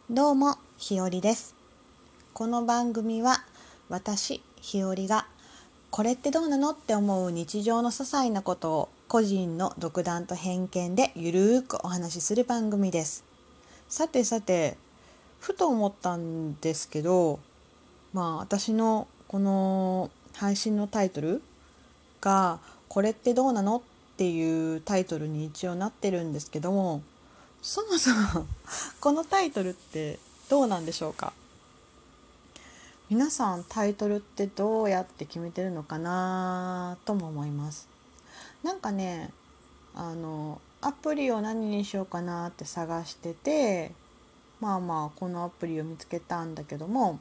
どうも、ひよりです。この番組は私、ひよりがこれってどうなのって思う日常の些細なことを個人の独断と偏見でゆるーくお話しする番組です。さてさて、ふと思ったんですけど、私のこの配信のタイトルがこれってどうなのっていうタイトルに一応なってるんですけども、そもそもこのタイトルってどうなんでしょうか。皆さんタイトルってどうやって決めてるのかなとも思います。なんかね、アプリを何にしようかなって探してて、このアプリを見つけたんだけども、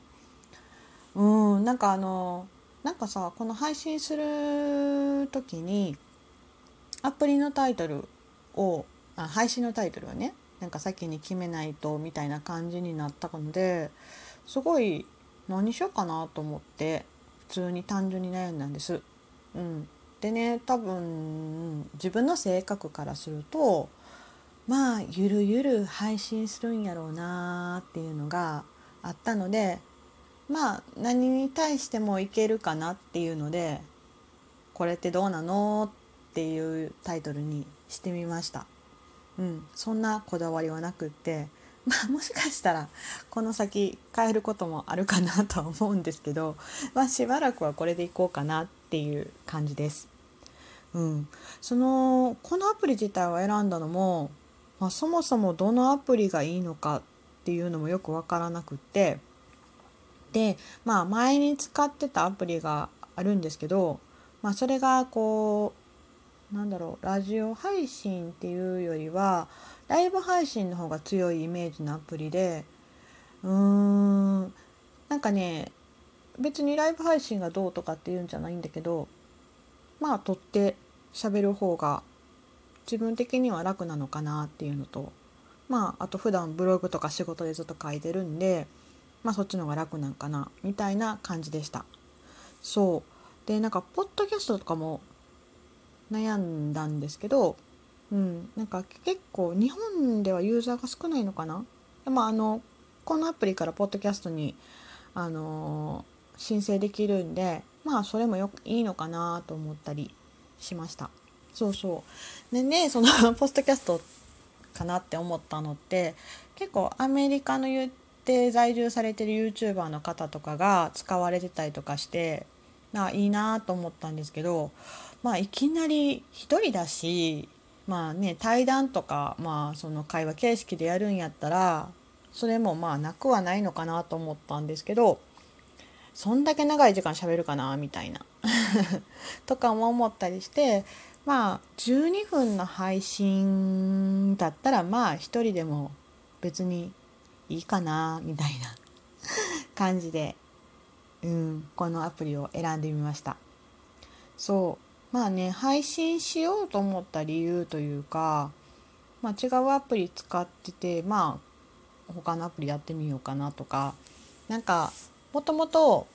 なんかさ、この配信する時にアプリのタイトルを配信のタイトルはね、なんか先に決めないとみたいな感じになったので、すごい何しようかなと思って普通に単純に悩んだんです。でね、多分自分の性格からすると、ゆるゆる配信するんやろうなっていうのがあったので、何に対してもいけるかなっていうので、これってどうなのっていうタイトルにしてみました。そんなこだわりはなくって、もしかしたらこの先変えることもあるかなとは思うんですけど、しばらくはこれでいこうかなっていう感じです。うん、このアプリ自体を選んだのも、そもそもどのアプリがいいのかっていうのもよくわからなくって、で、前に使ってたアプリがあるんですけど、それがラジオ配信っていうよりはライブ配信の方が強いイメージのアプリで、うーんなんかね、別にライブ配信がどうとかっていうんじゃないんだけど、撮って喋る方が自分的には楽なのかなっていうのと、あと普段ブログとか仕事でずっと書いてるんで、そっちの方が楽なんかなみたいな感じでした。そうで、なんかポッドキャストとかも悩んだんですけど、なんか結構日本ではユーザーが少ないのかな。でこのアプリからポッドキャストに、あの申請できるんで、それもいいのかなと思ったりしました。そうそうでね、そのポッドキャストかなって思ったのって、結構アメリカので在住されてる YouTuber の方とかが使われてたりとかして、いいなと思ったんですけど、いきなり一人だし、対談とか、その会話形式でやるんやったらそれもなくはないのかなと思ったんですけど、そんだけ長い時間喋るかなみたいなとかも思ったりして、12分の配信だったら一人でも別にいいかなみたいな感じで、このアプリを選んでみました。配信しようと思った理由というか、違うアプリ使ってて、他のアプリやってみようかなとか、なんかもともと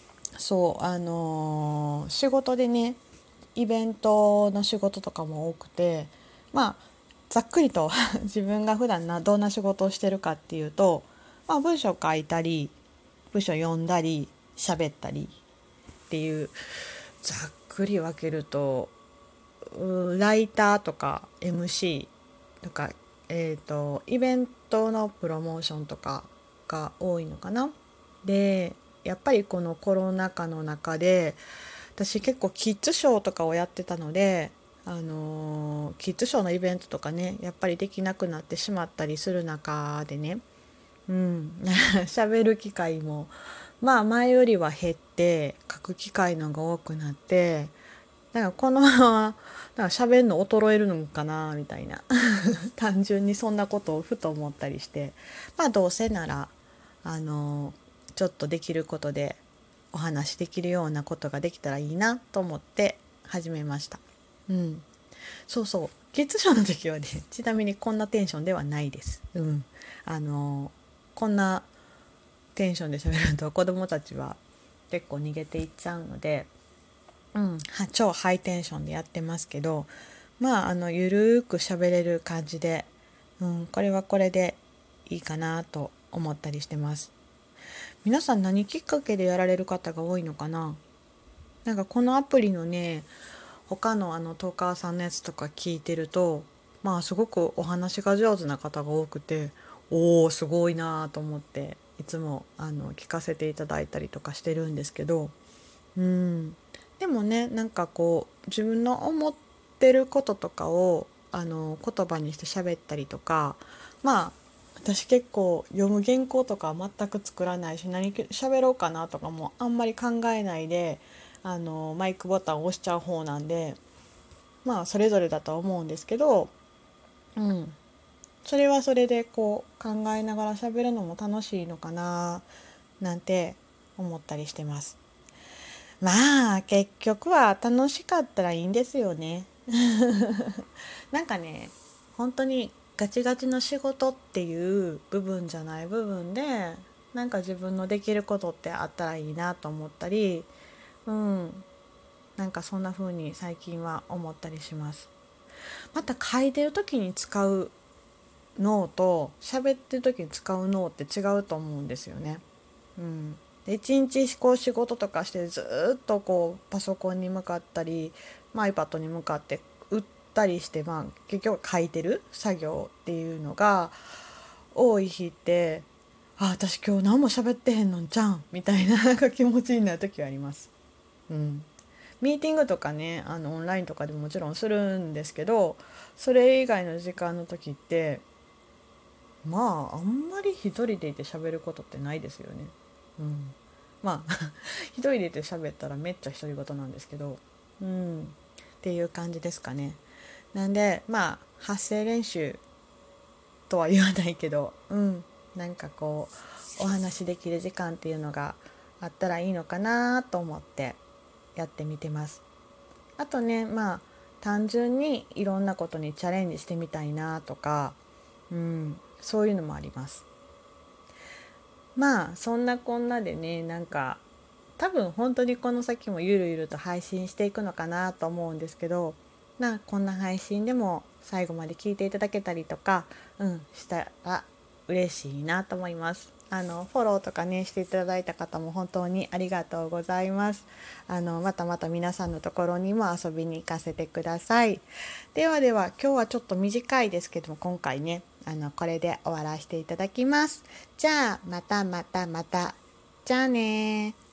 仕事でね、イベントの仕事とかも多くて、ざっくりと自分が普段どんな仕事をしてるかっていうと、文章書いたり文章読んだり喋ったりっていう、ざっくり分けるとライターとか MC とか、イベントのプロモーションとかが多いのかな。で、やっぱりこのコロナ禍の中で私結構キッズショーとかをやってたので、キッズショーのイベントとかね、やっぱりできなくなってしまったりする中でね、喋る機会も前よりは減って書く機会のが多くなって、だからこのまま喋るの衰えるのかなみたいな単純にそんなことをふと思ったりして、どうせならあのちょっとできることでお話しできるようなことができたらいいなと思って始めました。そうそう、月賞の時はね、ちなみにこんなテンションではないです。あのこんなテンションで喋ると子供たちは結構逃げていっちゃうので、超ハイテンションでやってますけど、ゆるーく喋れる感じで、これはこれでいいかなと思ったりしてます。皆さん何きっかけでやられる方が多いのかな。なんかこのアプリのね、他のトーカーさんのやつとか聞いてると、まあすごくお話が上手な方が多くて、おーすごいなと思っていつも聞かせていただいたりとかしてるんですけど、うん、でもね、なんかこう自分の思ってることとかを言葉にして喋ったりとか、まあ私結構読む原稿とかは全く作らないし、何喋ろうかなとかもあんまり考えないでマイクボタンを押しちゃう方なんで、まあそれぞれだとは思うんですけど、うん、それはそれでこう考えながら喋るのも楽しいのかななんて思ったりしてます。まあ結局は楽しかったらいいんですよね。なんかね、本当にガチガチの仕事っていう部分じゃない部分で、なんか自分のできることってあったらいいなと思ったり、うん、なんかそんな風に最近は思ったりします。また書いてる時に使う脳と喋ってる時に使う脳って違うと思うんですよね。うん、で一日こう仕事とかしてずっとこうパソコンに向かったり、まあ、iPad に向かって打ったりして、まあ、結局書いてる作業っていうのが多い日って、あ、私今日何も喋ってへんのんちゃうんみたいな、なんか気持ちになる時はあります。うん、ミーティングとかね、オンラインとかでももちろんするんですけど、それ以外の時間の時ってまああんまり一人でいて喋ることってないですよね。うん、まあ一人でいて喋ったらめっちゃ独り言なんですけど、うん、っていう感じですかね。なんでまあ発声練習とは言わないけど、うん、なんかこうお話できる時間っていうのがあったらいいのかなと思ってやってみてます。あとね、まあ単純にいろんなことにチャレンジしてみたいなとか、うん、そういうのもあります。まあそんなこんなでね、なんか多分本当にこの先もゆるゆると配信していくのかなと思うんですけど、こんな配信でも最後まで聞いていただけたりとか、したら嬉しいなと思います。フォローとかねしていただいた方も本当にありがとうございます。またまた皆さんのところにも遊びに行かせてください。ではでは今日はちょっと短いですけども、今回ねこれで終わらせていただきます。じゃあまたまたまた。じゃあね。